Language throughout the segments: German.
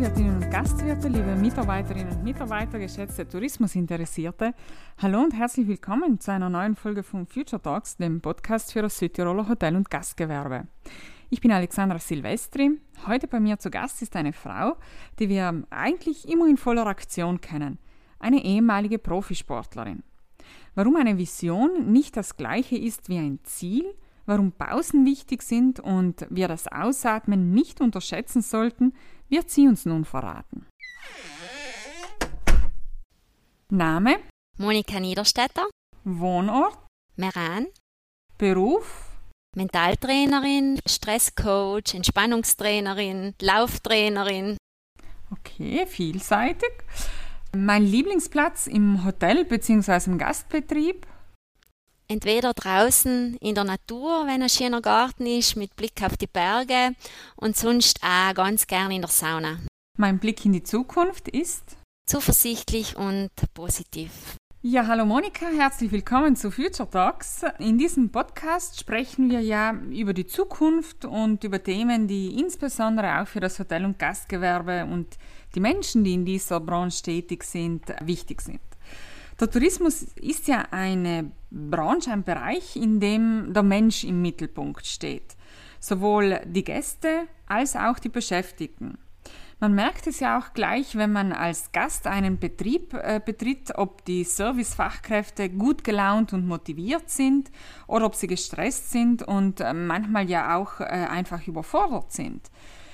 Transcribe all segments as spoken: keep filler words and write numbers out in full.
Gastwirtinnen und Gastwirte, liebe Mitarbeiterinnen und Mitarbeiter, geschätzte Tourismusinteressierte, hallo und herzlich willkommen zu einer neuen Folge von Future Talks, dem Podcast für das Südtiroler Hotel- und Gastgewerbe. Ich bin Alexandra Silvestri. Heute bei mir zu Gast ist eine Frau, die wir eigentlich immer in voller Aktion kennen, eine ehemalige Profisportlerin. Warum eine Vision nicht das gleiche ist wie ein Ziel, warum Pausen wichtig sind und wir das Ausatmen nicht unterschätzen sollten, wird sie uns nun verraten. Name? Monika Niederstetter. Wohnort? Meran. Beruf? Mentaltrainerin, Stresscoach, Entspannungstrainerin, Lauftrainerin. Okay, vielseitig. Mein Lieblingsplatz im Hotel bzw. im Gastbetrieb? Entweder draußen in der Natur, wenn ein schöner Garten ist, mit Blick auf die Berge und sonst auch ganz gerne in der Sauna. Mein Blick in die Zukunft ist? Zuversichtlich und positiv. Ja, hallo Monika, herzlich willkommen zu Future Talks. In diesem Podcast sprechen wir ja über die Zukunft und über Themen, die insbesondere auch für das Hotel- und Gastgewerbe und die Menschen, die in dieser Branche tätig sind, wichtig sind. Der Tourismus ist ja eine Branche, ein Bereich, in dem der Mensch im Mittelpunkt steht. Sowohl die Gäste als auch die Beschäftigten. Man merkt es ja auch gleich, wenn man als Gast einen Betrieb äh, betritt, ob die Servicefachkräfte gut gelaunt und motiviert sind oder ob sie gestresst sind und äh, manchmal ja auch äh, einfach überfordert sind.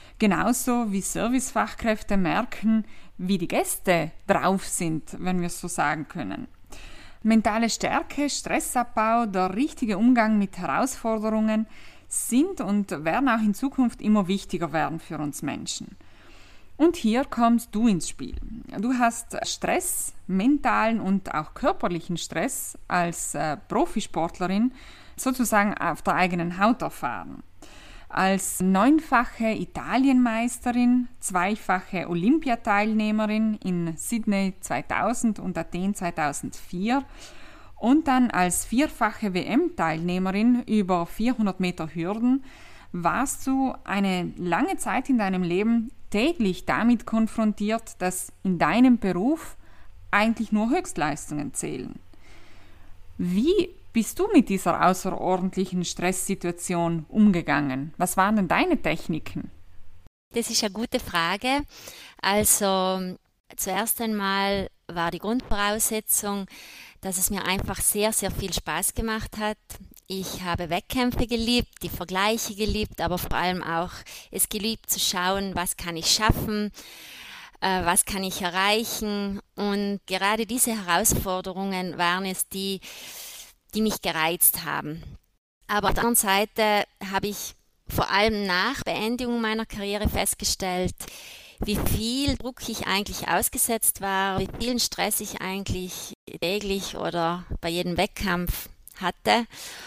Genauso wie Servicefachkräfte merken, wie die Gäste drauf sind, wenn wir es so sagen können. Mentale Stärke, Stressabbau, der richtige Umgang mit Herausforderungen sind und werden auch in Zukunft immer wichtiger werden für uns Menschen. Und hier kommst du ins Spiel. Du hast Stress, mentalen und auch körperlichen Stress als äh, Profisportlerin sozusagen auf der eigenen Haut erfahren. Als neunfache Italienmeisterin, zweifache Olympiateilnehmerin in Sydney zweitausend und Athen zweitausendvier und dann als vierfache W M-Teilnehmerin über vierhundert Meter Hürden warst du eine lange Zeit in deinem Leben täglich damit konfrontiert, dass in deinem Beruf eigentlich nur Höchstleistungen zählen. Wie bist du mit dieser außerordentlichen Stresssituation umgegangen? Was waren denn deine Techniken? Das ist eine gute Frage. Also zuerst einmal war die Grundvoraussetzung, dass es mir einfach sehr, sehr viel Spaß gemacht hat. Ich habe Wettkämpfe geliebt, die Vergleiche geliebt, aber vor allem auch es geliebt zu schauen, was kann ich schaffen, äh, was kann ich erreichen. Und gerade diese Herausforderungen waren es, die, die mich gereizt haben. Aber auf der anderen Seite habe ich vor allem nach Beendigung meiner Karriere festgestellt, wie viel Druck ich eigentlich ausgesetzt war, wie viel Stress ich eigentlich täglich oder bei jedem Wettkampf hatte.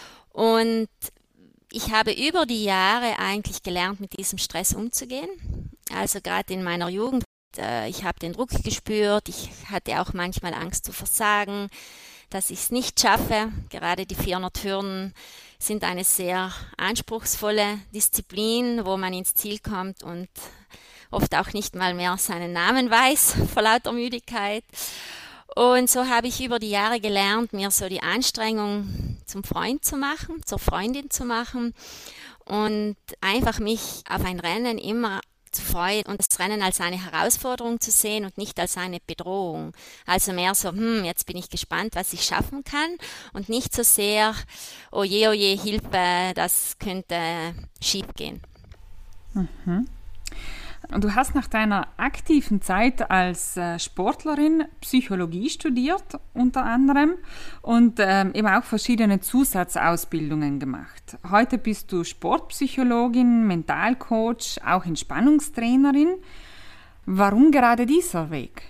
Und ich habe über die Jahre eigentlich gelernt, mit diesem Stress umzugehen. Also gerade in meiner Jugend, äh, ich habe den Druck gespürt, ich hatte auch manchmal Angst zu versagen, dass ich es nicht schaffe. Gerade die vierhundert Hürden sind eine sehr anspruchsvolle Disziplin, wo man ins Ziel kommt und oft auch nicht mal mehr seinen Namen weiß vor lauter Müdigkeit. Und so habe ich über die Jahre gelernt, mir so die Anstrengung zum Freund zu machen, zur Freundin zu machen und einfach mich auf ein Rennen immer zu freuen und das Rennen als eine Herausforderung zu sehen und nicht als eine Bedrohung. Also mehr so, hm, jetzt bin ich gespannt, was ich schaffen kann und nicht so sehr, oh je, oh je, Hilfe, das könnte schief gehen. Mhm. Du hast nach deiner aktiven Zeit als äh, Sportlerin Psychologie studiert, unter anderem, und ähm, eben auch verschiedene Zusatzausbildungen gemacht. Heute bist du Sportpsychologin, Mentalcoach, auch Entspannungstrainerin. Warum gerade dieser Weg?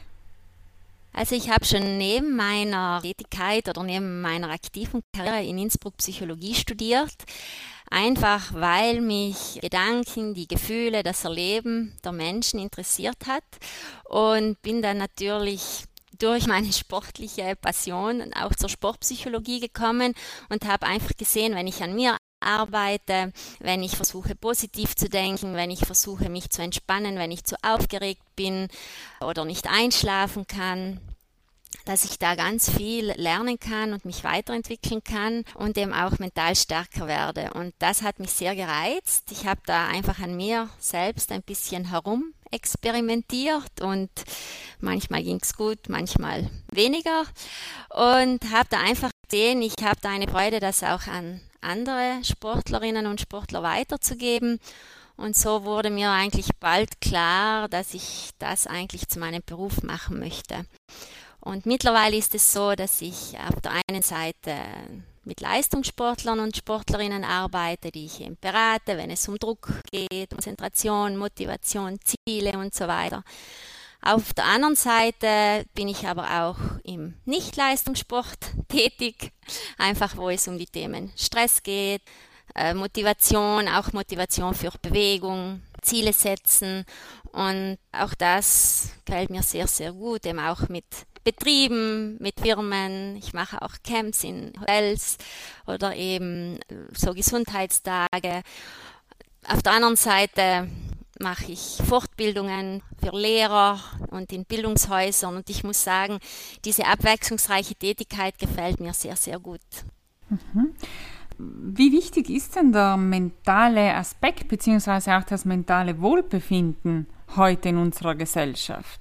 Also ich habe schon neben meiner Tätigkeit oder neben meiner aktiven Karriere in Innsbruck Psychologie studiert. Einfach weil mich Gedanken, die Gefühle, das Erleben der Menschen interessiert hat und bin dann natürlich durch meine sportliche Passion auch zur Sportpsychologie gekommen und habe einfach gesehen, wenn ich an mir arbeite, wenn ich versuche positiv zu denken, wenn ich versuche mich zu entspannen, wenn ich zu aufgeregt bin oder nicht einschlafen kann, dass ich da ganz viel lernen kann und mich weiterentwickeln kann und eben auch mental stärker werde. Und das hat mich sehr gereizt. Ich habe da einfach an mir selbst ein bisschen herum experimentiert und manchmal ging es gut, manchmal weniger und habe da einfach gesehen, ich habe da eine Freude, das auch an andere Sportlerinnen und Sportler weiterzugeben. Und so wurde mir eigentlich bald klar, dass ich das eigentlich zu meinem Beruf machen möchte. Und mittlerweile ist es so, dass ich auf der einen Seite mit Leistungssportlern und Sportlerinnen arbeite, die ich eben berate, wenn es um Druck geht, Konzentration, Motivation, Ziele und so weiter. Auf der anderen Seite bin ich aber auch im Nicht-Leistungssport tätig, einfach wo es um die Themen Stress geht, Motivation, auch Motivation für Bewegung, Ziele setzen und auch das gefällt mir sehr, sehr gut, eben auch mit Betrieben, mit Firmen. Ich mache auch Camps in Hotels oder eben so Gesundheitstage. Auf der anderen Seite mache ich Fortbildungen für Lehrer und in Bildungshäusern und ich muss sagen, diese abwechslungsreiche Tätigkeit gefällt mir sehr, sehr gut. Mhm. Wie wichtig ist denn der mentale Aspekt bzw. auch das mentale Wohlbefinden heute in unserer Gesellschaft?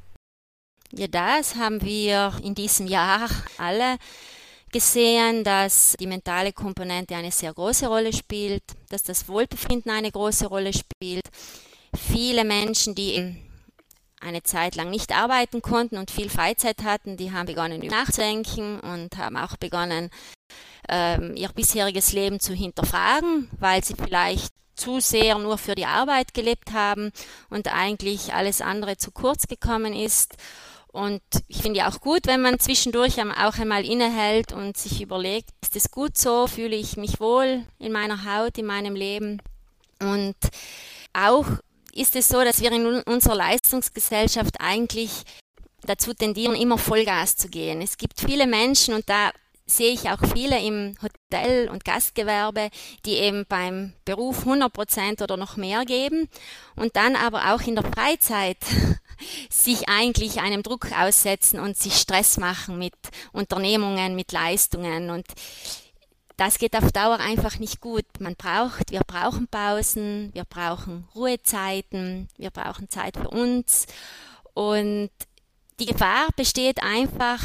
Ja, das haben wir in diesem Jahr alle gesehen, dass die mentale Komponente eine sehr große Rolle spielt, dass das Wohlbefinden eine große Rolle spielt. Viele Menschen, die eine Zeit lang nicht arbeiten konnten und viel Freizeit hatten, die haben begonnen nachzudenken und haben auch begonnen, ähm, ihr bisheriges Leben zu hinterfragen, weil sie vielleicht zu sehr nur für die Arbeit gelebt haben und eigentlich alles andere zu kurz gekommen ist. Und ich finde ja auch gut, wenn man zwischendurch auch einmal innehält und sich überlegt, ist es gut so, fühle ich mich wohl in meiner Haut, in meinem Leben. Und auch ist es so, dass wir in unserer Leistungsgesellschaft eigentlich dazu tendieren, immer Vollgas zu gehen. Es gibt viele Menschen und da sehe ich auch viele im Hotel- und Gastgewerbe, die eben beim Beruf hundert Prozent oder noch mehr geben und dann aber auch in der Freizeit sich eigentlich einem Druck aussetzen und sich Stress machen mit Unternehmungen, mit Leistungen und das geht auf Dauer einfach nicht gut. Man braucht, wir brauchen Pausen, wir brauchen Ruhezeiten, wir brauchen Zeit für uns und die Gefahr besteht einfach,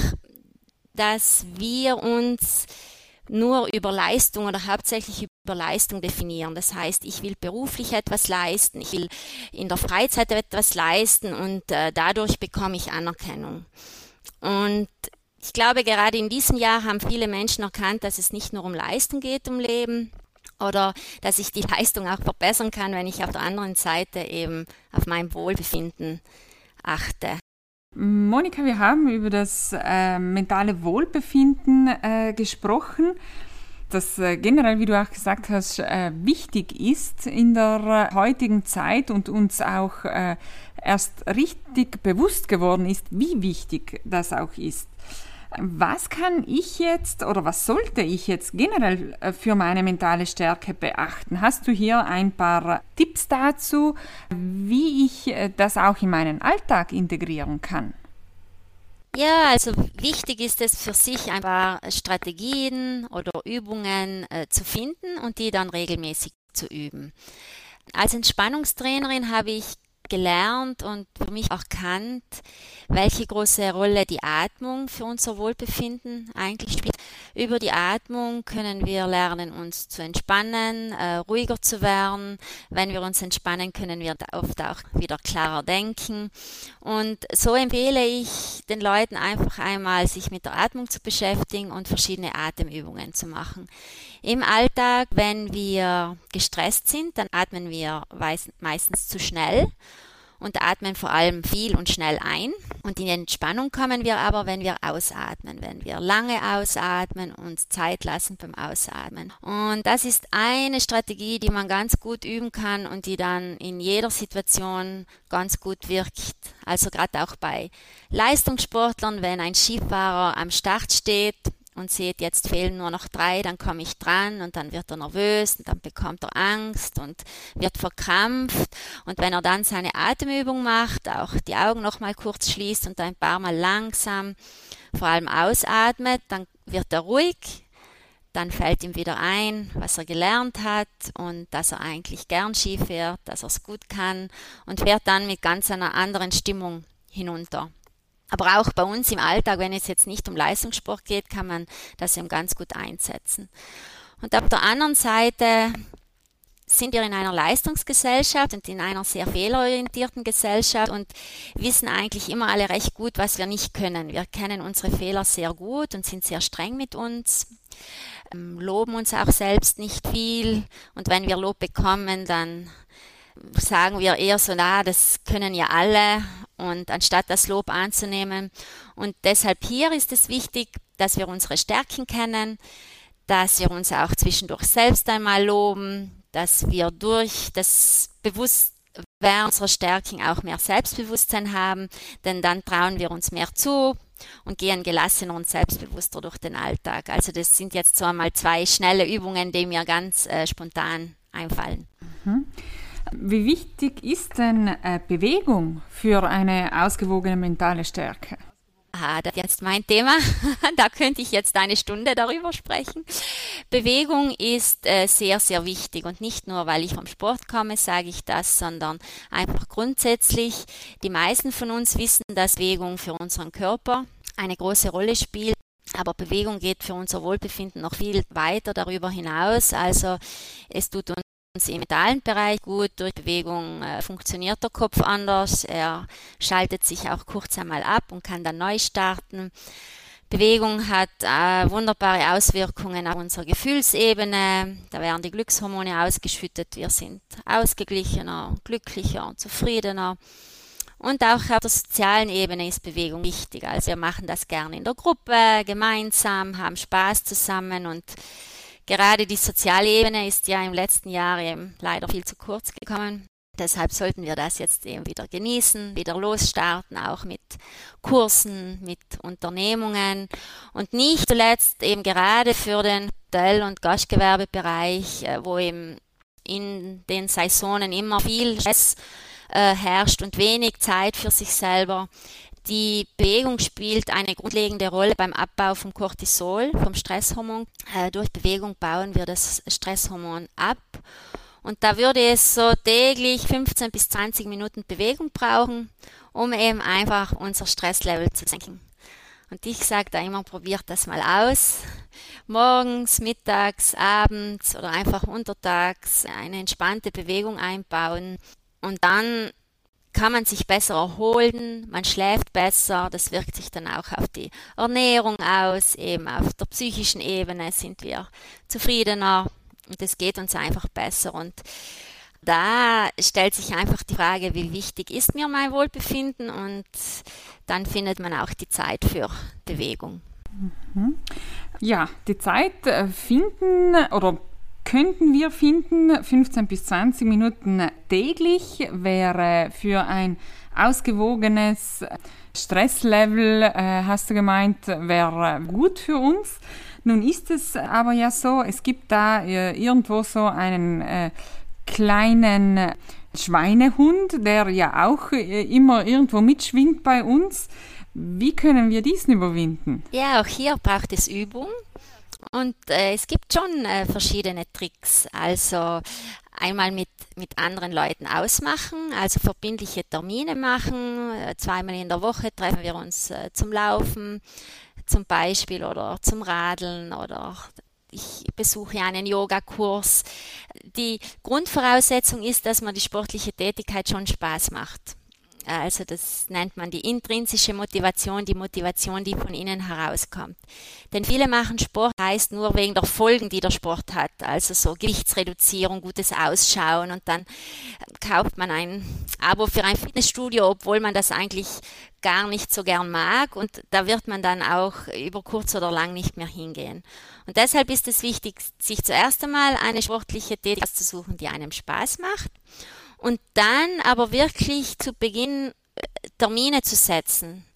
dass wir uns nur über Leistung oder hauptsächlich über Leistung definieren. Das heißt, ich will beruflich etwas leisten, ich will in der Freizeit etwas leisten und äh, dadurch bekomme ich Anerkennung. Und ich glaube, gerade in diesem Jahr haben viele Menschen erkannt, dass es nicht nur um Leistung geht im Leben oder dass ich die Leistung auch verbessern kann, wenn ich auf der anderen Seite eben auf mein Wohlbefinden achte. Monika, wir haben über das äh, mentale Wohlbefinden äh, gesprochen, das äh, generell, wie du auch gesagt hast, äh, wichtig ist in der äh, heutigen Zeit und uns auch äh, erst richtig bewusst geworden ist, wie wichtig das auch ist. Was kann ich jetzt oder was sollte ich jetzt generell für meine mentale Stärke beachten? Hast du hier ein paar Tipps dazu, wie ich das auch in meinen Alltag integrieren kann? Ja, also wichtig ist es für sich ein paar Strategien oder Übungen äh, zu finden und die dann regelmäßig zu üben. Als Entspannungstrainerin habe ich gelernt und für mich auch erkannt, welche große Rolle die Atmung für unser Wohlbefinden eigentlich spielt. Über die Atmung können wir lernen, uns zu entspannen, äh, ruhiger zu werden. Wenn wir uns entspannen, können wir oft auch wieder klarer denken. Und so empfehle ich den Leuten einfach einmal, sich mit der Atmung zu beschäftigen und verschiedene Atemübungen zu machen. Im Alltag, wenn wir gestresst sind, dann atmen wir meistens zu schnell und atmen vor allem viel und schnell ein. Und in die Entspannung kommen wir aber, wenn wir ausatmen, wenn wir lange ausatmen und Zeit lassen beim Ausatmen. Und das ist eine Strategie, die man ganz gut üben kann und die dann in jeder Situation ganz gut wirkt. Also gerade auch bei Leistungssportlern, wenn ein Skifahrer am Start steht und sieht, jetzt fehlen nur noch drei, dann komme ich dran und dann wird er nervös und dann bekommt er Angst und wird verkrampft. Und wenn er dann seine Atemübung macht, auch die Augen noch mal kurz schließt und ein paar Mal langsam vor allem ausatmet, dann wird er ruhig. Dann fällt ihm wieder ein, was er gelernt hat und dass er eigentlich gern Ski fährt, dass er es gut kann und fährt dann mit ganz einer anderen Stimmung hinunter. Aber auch bei uns im Alltag, wenn es jetzt nicht um Leistungssport geht, kann man das eben ganz gut einsetzen. Und auf der anderen Seite sind wir in einer Leistungsgesellschaft und in einer sehr fehlerorientierten Gesellschaft und wissen eigentlich immer alle recht gut, was wir nicht können. Wir kennen unsere Fehler sehr gut und sind sehr streng mit uns, loben uns auch selbst nicht viel und wenn wir Lob bekommen, dann sagen wir eher so, na, das können ja alle und anstatt das Lob anzunehmen. Und deshalb hier ist es wichtig, dass wir unsere Stärken kennen, dass wir uns auch zwischendurch selbst einmal loben, dass wir durch das Bewusstwerden unserer Stärken auch mehr Selbstbewusstsein haben, denn dann trauen wir uns mehr zu und gehen gelassener und selbstbewusster durch den Alltag. Also das sind jetzt so einmal zwei schnelle Übungen, die mir ganz äh, spontan einfallen. Mhm. Wie wichtig ist denn äh, Bewegung für eine ausgewogene mentale Stärke? Ah, das ist jetzt mein Thema. Da könnte ich jetzt eine Stunde darüber sprechen. Bewegung ist äh, sehr, sehr wichtig und nicht nur, weil ich vom Sport komme, sage ich das, sondern einfach grundsätzlich. Die meisten von uns wissen, dass Bewegung für unseren Körper eine große Rolle spielt. Aber Bewegung geht für unser Wohlbefinden noch viel weiter darüber hinaus. Also es tut uns im mentalen Bereich gut. Durch Bewegung äh, funktioniert der Kopf anders. Er schaltet sich auch kurz einmal ab und kann dann neu starten. Bewegung hat äh, wunderbare Auswirkungen auf unsere Gefühlsebene. Da werden die Glückshormone ausgeschüttet. Wir sind ausgeglichener, glücklicher, zufriedener. Und auch auf der sozialen Ebene ist Bewegung wichtig. Also wir machen das gerne in der Gruppe, gemeinsam, haben Spaß zusammen und gerade die soziale Ebene ist ja im letzten Jahr eben leider viel zu kurz gekommen. Deshalb sollten wir das jetzt eben wieder genießen, wieder losstarten, auch mit Kursen, mit Unternehmungen und nicht zuletzt eben gerade für den Hotel- und Gastgewerbebereich, wo eben in den Saisonen immer viel Stress äh, herrscht und wenig Zeit für sich selber. Die Bewegung spielt eine grundlegende Rolle beim Abbau vom Cortisol, vom Stresshormon. Äh, durch Bewegung bauen wir das Stresshormon ab. Und da würde es so täglich fünfzehn bis zwanzig Minuten Bewegung brauchen, um eben einfach unser Stresslevel zu senken. Und ich sage da immer, probiert das mal aus. Morgens, mittags, abends oder einfach untertags eine entspannte Bewegung einbauen. Und dann kann man sich besser erholen, man schläft besser, das wirkt sich dann auch auf die Ernährung aus, eben auf der psychischen Ebene sind wir zufriedener und es geht uns einfach besser. Und da stellt sich einfach die Frage, wie wichtig ist mir mein Wohlbefinden und dann findet man auch die Zeit für Bewegung. Ja, die Zeit finden oder könnten wir finden, fünfzehn bis zwanzig Minuten täglich wäre für ein ausgewogenes Stresslevel, äh, hast du gemeint, wäre gut für uns. Nun ist es aber ja so, es gibt da äh, irgendwo so einen äh, kleinen Schweinehund, der ja auch äh, immer irgendwo mitschwingt bei uns. Wie können wir diesen überwinden? Ja, auch hier braucht es Übung. Und äh, es gibt schon äh, verschiedene Tricks, also einmal mit, mit anderen Leuten ausmachen, also verbindliche Termine machen, äh, zweimal in der Woche treffen wir uns äh, zum Laufen zum Beispiel oder zum Radeln oder ich besuche einen Yogakurs. Die Grundvoraussetzung ist, dass man die sportliche Tätigkeit schon Spaß macht. Also das nennt man die intrinsische Motivation, die Motivation, die von innen herauskommt. Denn viele machen Sport, heißt nur wegen der Folgen, die der Sport hat. Also so Gewichtsreduzierung, gutes Ausschauen und dann kauft man ein Abo für ein Fitnessstudio, obwohl man das eigentlich gar nicht so gern mag und da wird man dann auch über kurz oder lang nicht mehr hingehen. Und deshalb ist es wichtig, sich zuerst einmal eine sportliche Tätigkeit auszusuchen, die einem Spaß macht. Und dann aber wirklich zu Beginn Termine zu setzen.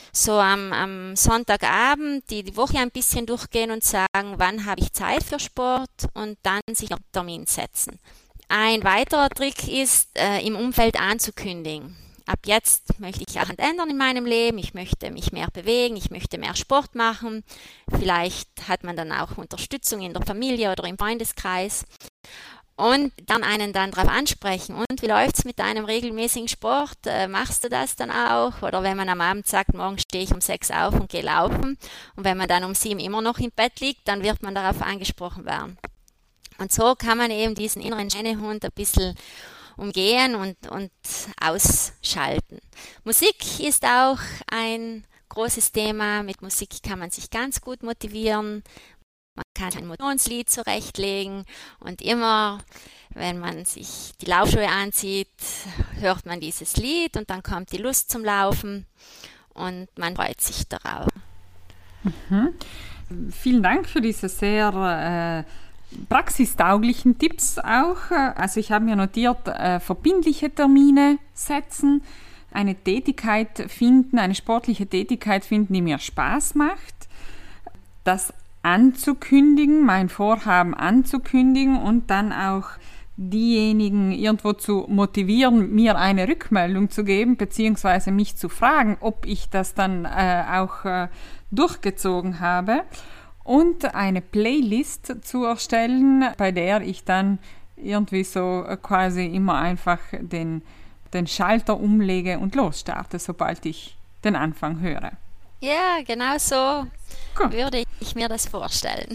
so am, am Sonntagabend die, die Woche ein bisschen durchgehen und sagen, wann habe ich Zeit für Sport und dann sich einen Termin setzen. Ein weiterer Trick ist, äh, im Umfeld anzukündigen. Ab jetzt möchte ich etwas ändern in meinem Leben, ich möchte mich mehr bewegen, ich möchte mehr Sport machen. Vielleicht hat man dann auch Unterstützung in der Familie oder im Freundeskreis. Und dann einen dann darauf ansprechen. Und wie läuft es mit deinem regelmäßigen Sport? Äh, machst du das dann auch? Oder wenn man am Abend sagt, morgen stehe ich um sechs auf und gehe laufen. Und wenn man dann um sieben immer noch im Bett liegt, dann wird man darauf angesprochen werden. Und so kann man eben diesen inneren Schweinehund ein bisschen umgehen und, und ausschalten. Musik ist auch ein großes Thema. Mit Musik kann man sich ganz gut motivieren. Man kann ein Motivationslied zurechtlegen und immer, wenn man sich die Laufschuhe anzieht, hört man dieses Lied und dann kommt die Lust zum Laufen und man freut sich darauf. Mhm. Vielen Dank für diese sehr äh, praxistauglichen Tipps auch. Also ich habe mir notiert, äh, verbindliche Termine setzen, eine Tätigkeit finden, eine sportliche Tätigkeit finden, die mir Spaß macht, das anzukündigen, mein Vorhaben anzukündigen und dann auch diejenigen irgendwo zu motivieren, mir eine Rückmeldung zu geben, beziehungsweise mich zu fragen, ob ich das dann äh, auch äh, durchgezogen habe und eine Playlist zu erstellen, bei der ich dann irgendwie so äh, quasi immer einfach den, den Schalter umlege und losstarte, sobald ich den Anfang höre. Ja, genau so Gut. würde ich mir das vorstellen.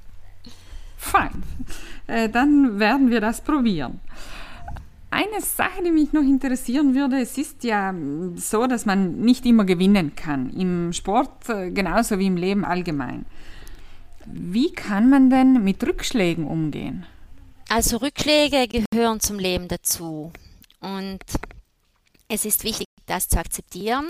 Fein. Äh, dann werden wir das probieren. Eine Sache, die mich noch interessieren würde, es ist ja so, dass man nicht immer gewinnen kann. Im Sport äh, genauso wie im Leben allgemein. Wie kann man denn mit Rückschlägen umgehen? Also Rückschläge gehören zum Leben dazu. Und es ist wichtig, das zu akzeptieren.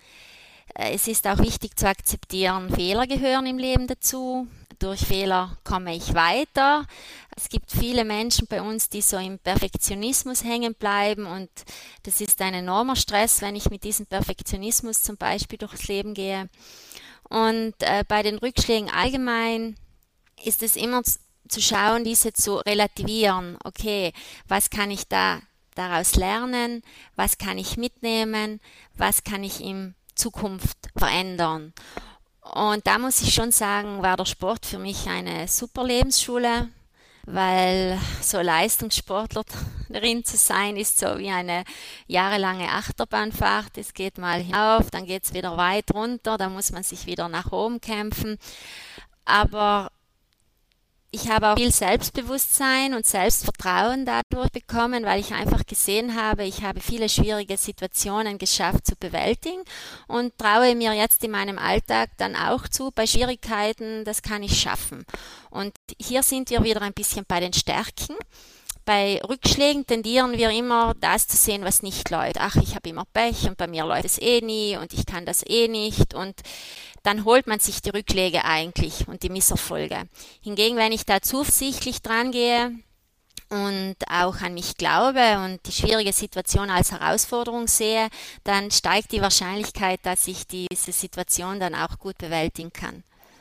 Es ist auch wichtig zu akzeptieren, Fehler gehören im Leben dazu. Durch Fehler komme ich weiter. Es gibt viele Menschen bei uns, die so im Perfektionismus hängen bleiben und das ist ein enormer Stress, wenn ich mit diesem Perfektionismus zum Beispiel durchs Leben gehe. Und äh, bei den Rückschlägen allgemein ist es immer zu schauen, diese zu relativieren. Okay, was kann ich da daraus lernen? Was kann ich mitnehmen? Was kann ich im Zukunft verändern. Und da muss ich schon sagen, war der Sport für mich eine super Lebensschule, weil so Leistungssportlerin zu sein, ist so wie eine jahrelange Achterbahnfahrt. Es geht mal hinauf, dann geht es wieder weit runter, dann muss man sich wieder nach oben kämpfen. Aber ich habe auch viel Selbstbewusstsein und Selbstvertrauen dadurch bekommen, weil ich einfach gesehen habe, ich habe viele schwierige Situationen geschafft zu bewältigen und traue mir jetzt in meinem Alltag dann auch zu, bei Schwierigkeiten, das kann ich schaffen. Und hier sind wir wieder ein bisschen bei den Stärken. Bei Rückschlägen tendieren wir immer, das zu sehen, was nicht läuft. Ach, ich habe immer Pech und bei mir läuft es eh nie und ich kann das eh nicht. Und dann holt man sich die Rückschläge eigentlich und die Misserfolge. Hingegen, wenn ich da zuversichtlich dran gehe und auch an mich glaube und die schwierige Situation als Herausforderung sehe, dann steigt die Wahrscheinlichkeit, dass ich diese Situation dann auch gut bewältigen kann.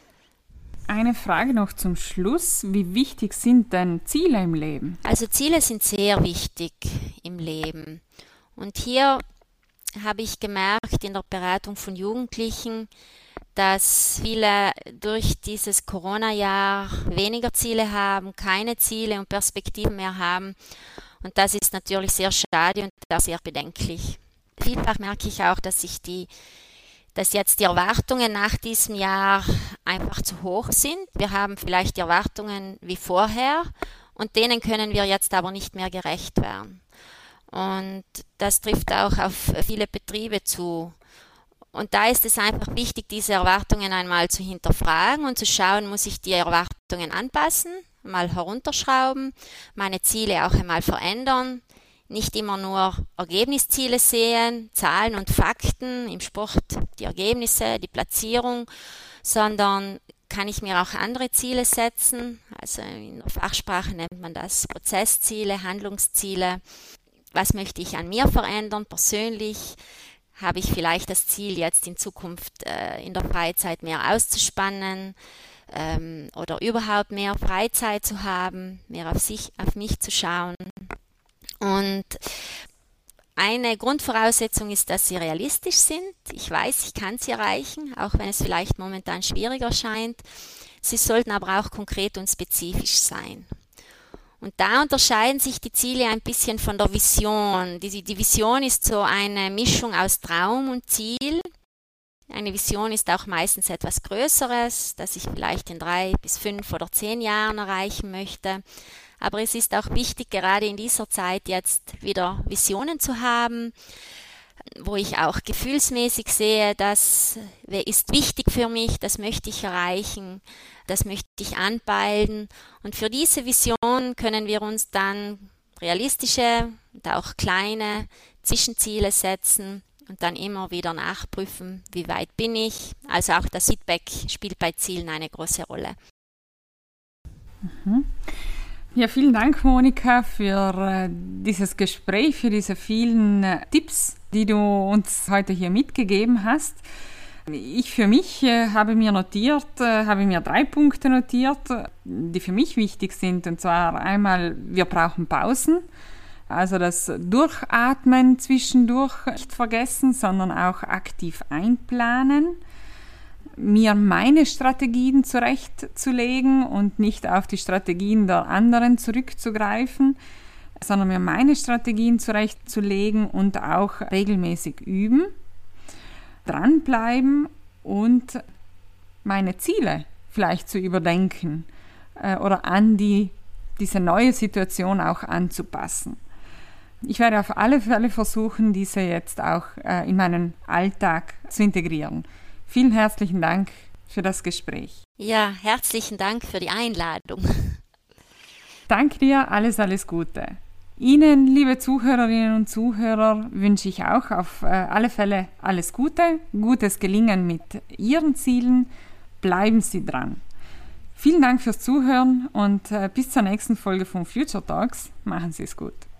Eine Frage noch zum Schluss. Wie wichtig sind denn Ziele im Leben? Also Ziele sind sehr wichtig im Leben. Und hier habe ich gemerkt in der Beratung von Jugendlichen, dass viele durch dieses Corona-Jahr weniger Ziele haben, keine Ziele und Perspektiven mehr haben. Und das ist natürlich sehr schade und auch sehr bedenklich. Vielfach merke ich auch, dass sich die dass jetzt die Erwartungen nach diesem Jahr einfach zu hoch sind. Wir haben vielleicht die Erwartungen wie vorher und denen können wir jetzt aber nicht mehr gerecht werden. Und das trifft auch auf viele Betriebe zu. Und da ist es einfach wichtig, diese Erwartungen einmal zu hinterfragen und zu schauen, muss ich die Erwartungen anpassen, mal herunterschrauben, meine Ziele auch einmal verändern. Nicht immer nur Ergebnisziele sehen, Zahlen und Fakten, im Sport die Ergebnisse, die Platzierung, sondern kann ich mir auch andere Ziele setzen. Also in der Fachsprache nennt man das Prozessziele, Handlungsziele. Was möchte ich an mir verändern, persönlich? habe ich vielleicht das Ziel, jetzt in Zukunft äh, in der Freizeit mehr auszuspannen ähm, oder überhaupt mehr Freizeit zu haben, mehr auf sich, auf mich zu schauen. Und eine Grundvoraussetzung ist, dass sie realistisch sind. Ich weiß, ich kann sie erreichen, auch wenn es vielleicht momentan schwieriger scheint. Sie sollten aber auch konkret und spezifisch sein. Und da unterscheiden sich die Ziele ein bisschen von der Vision. Die, die Vision ist so eine Mischung aus Traum und Ziel. Eine Vision ist auch meistens etwas Größeres, das ich vielleicht in drei bis fünf oder zehn Jahren erreichen möchte. Aber es ist auch wichtig, gerade in dieser Zeit jetzt wieder Visionen zu haben, wo ich auch gefühlsmäßig sehe, das ist wichtig für mich, das möchte ich erreichen, das möchte ich anpeilen. Und für diese Vision können wir uns dann realistische und auch kleine Zwischenziele setzen und dann immer wieder nachprüfen, wie weit bin ich. Also auch das Feedback spielt bei Zielen eine große Rolle. Mhm. Ja, vielen Dank, Monika, für äh, dieses Gespräch, für diese vielen äh, Tipps, die du uns heute hier mitgegeben hast. Ich für mich äh, habe mir notiert, äh, habe mir drei Punkte notiert, die für mich wichtig sind. Und zwar einmal, wir brauchen Pausen, also das Durchatmen zwischendurch nicht vergessen, sondern auch aktiv einplanen. Mir meine Strategien zurechtzulegen und nicht auf die Strategien der anderen zurückzugreifen, sondern mir meine Strategien zurechtzulegen und auch regelmäßig üben, dranbleiben und meine Ziele vielleicht zu überdenken äh, oder an die, diese neue Situation auch anzupassen. Ich werde auf alle Fälle versuchen, diese jetzt auch äh, in meinen Alltag zu integrieren. Vielen herzlichen Dank für das Gespräch. Ja, herzlichen Dank für die Einladung. Danke dir, alles, alles Gute. Ihnen, liebe Zuhörerinnen und Zuhörer, wünsche ich auch auf äh, alle Fälle alles Gute, gutes Gelingen mit Ihren Zielen. Bleiben Sie dran. Vielen Dank fürs Zuhören und äh, bis zur nächsten Folge von Future Talks. Machen Sie es gut.